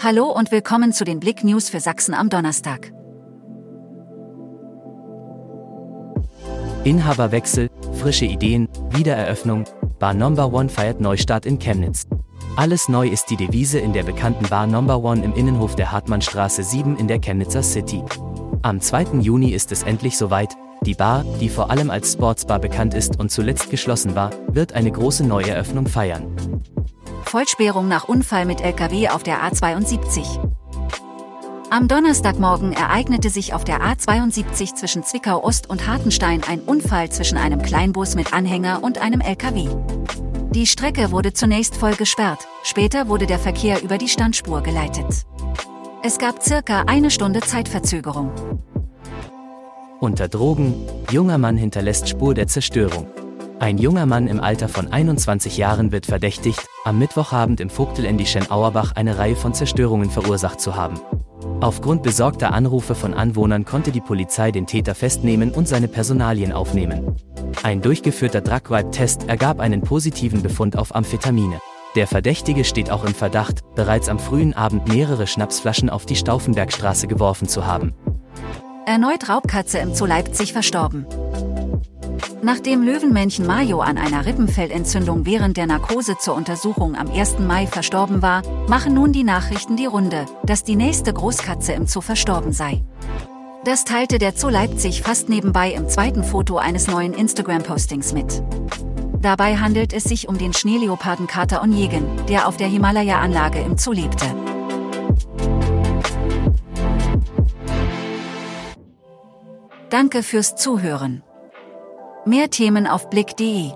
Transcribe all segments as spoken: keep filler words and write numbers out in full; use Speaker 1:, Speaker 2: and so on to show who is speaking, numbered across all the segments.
Speaker 1: Hallo und willkommen zu den Blick News für Sachsen am Donnerstag.
Speaker 2: Inhaberwechsel, frische Ideen, Wiedereröffnung, Bar Number One feiert Neustart in Chemnitz. Alles neu ist die Devise in der bekannten Bar Number One im Innenhof der Hartmannstraße sieben in der Chemnitzer City. Am zweiten Juni ist es endlich soweit. Die Bar, die vor allem als Sportsbar bekannt ist und zuletzt geschlossen war, wird eine große Neueröffnung feiern.
Speaker 1: Vollsperrung nach Unfall mit L K W auf der A zweiundsiebzig. Am Donnerstagmorgen ereignete sich auf der A zweiundsiebzig zwischen Zwickau Ost und Hartenstein ein Unfall zwischen einem Kleinbus mit Anhänger und einem L K W. Die Strecke wurde zunächst voll gesperrt, später wurde der Verkehr über die Standspur geleitet. Es gab circa eine Stunde Zeitverzögerung.
Speaker 2: Unter Drogen, junger Mann hinterlässt Spur der Zerstörung. Ein junger Mann im Alter von einundzwanzig Jahren wird verdächtigt, am Mittwochabend im vogtländischen Auerbach eine Reihe von Zerstörungen verursacht zu haben. Aufgrund besorgter Anrufe von Anwohnern konnte die Polizei den Täter festnehmen und seine Personalien aufnehmen. Ein durchgeführter Drug-Wipe-Test ergab einen positiven Befund auf Amphetamine. Der Verdächtige steht auch im Verdacht, bereits am frühen Abend mehrere Schnapsflaschen auf die Stauffenbergstraße geworfen zu haben.
Speaker 1: Erneut Raubkatze im Zoo Leipzig verstorben. Nachdem Löwenmännchen Mayo an einer Rippenfellentzündung während der Narkose zur Untersuchung am ersten Mai verstorben war, machen nun die Nachrichten die Runde, dass die nächste Großkatze im Zoo verstorben sei. Das teilte der Zoo Leipzig fast nebenbei im zweiten Foto eines neuen Instagram-Postings mit. Dabei handelt es sich um den Schneeleopardenkater Onegin, der auf der Himalaya-Anlage im Zoo lebte. Danke fürs Zuhören. Mehr Themen auf blick punkt de.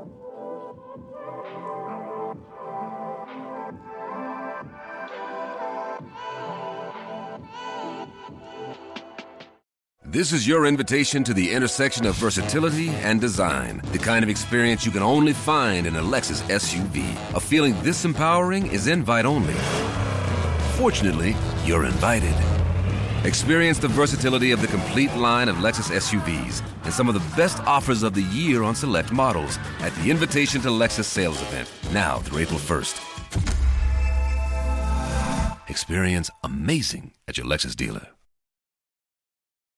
Speaker 3: This is your invitation to the intersection of versatility and design. The kind of experience you can only find in a Lexus S U V. A feeling this empowering is invite only. Fortunately, you're invited. Experience the versatility of the complete line of Lexus S U Vs and some of the best offers of the year on select models at the Invitation to Lexus sales event, now through April first. Experience amazing at your Lexus dealer.